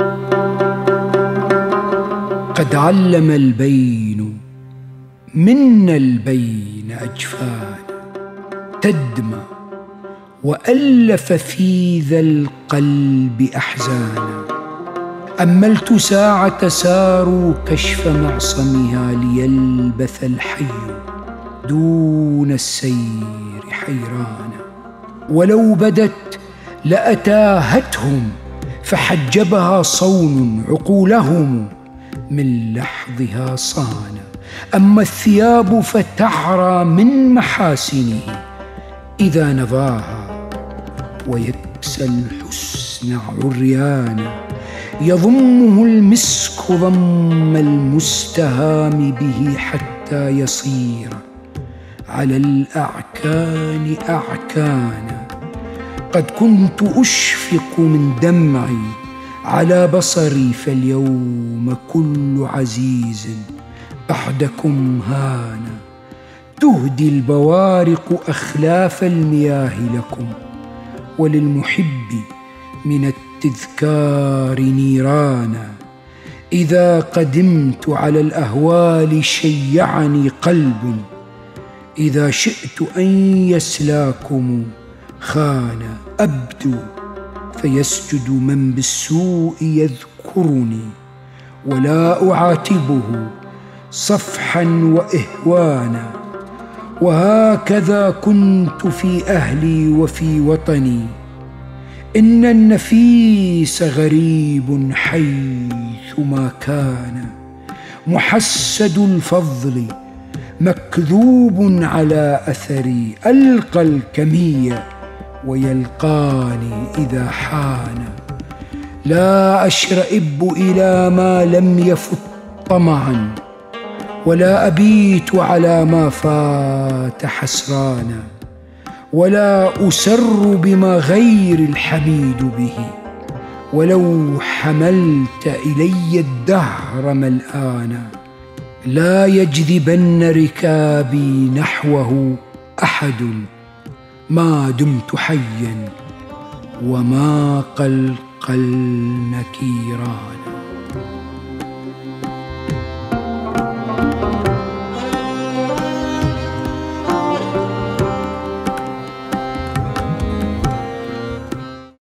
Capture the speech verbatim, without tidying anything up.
قد علم البين منا البين أجفان تدمى، وألف في ذا القلب أحزانا. أملت ساعة ساروا كشف معصمها ليلبث الحي دون السير حيرانا. ولو بدت لأتاهتهم فحجبها صون عقولهم من لحظها صانا. أما الثياب فتعرى من محاسنه إذا نضاها، ويكسى الحسن عريانا. يضمه المسك ضم المستهام به حتى يصير على الأعكان أعكانا. قد كنت أشفق من دمعي على بصري، فاليوم كل عزيز بعدكم هانا. تهدي البوارق أخلاف المياه لكم، وللمحب من التذكار نيرانا. إذا قدمت على الأهوال شيعني قلب، إذا شئت أن يسلاكم خان. أبدو فيسجد من بالسوء يذكرني، ولا أعاتبه صفحا وإهوانا. وهكذا كنت في أهلي وفي وطني. إن النفيس غريب حيثما كان، محسد الفضل مكذوب على أثري. ألقى الكمية ويلقاني إذا حان. لا أشرئب إلى ما لم يفت طمعا، ولا أبيت على ما فات حسرانا. ولا أسر بما غير الحميد به، ولو حملت إلي الدهر ملآنا. لا يجذبن ركابي نحوه أحد ما دمت حيا، وما قلقل نكيرانا.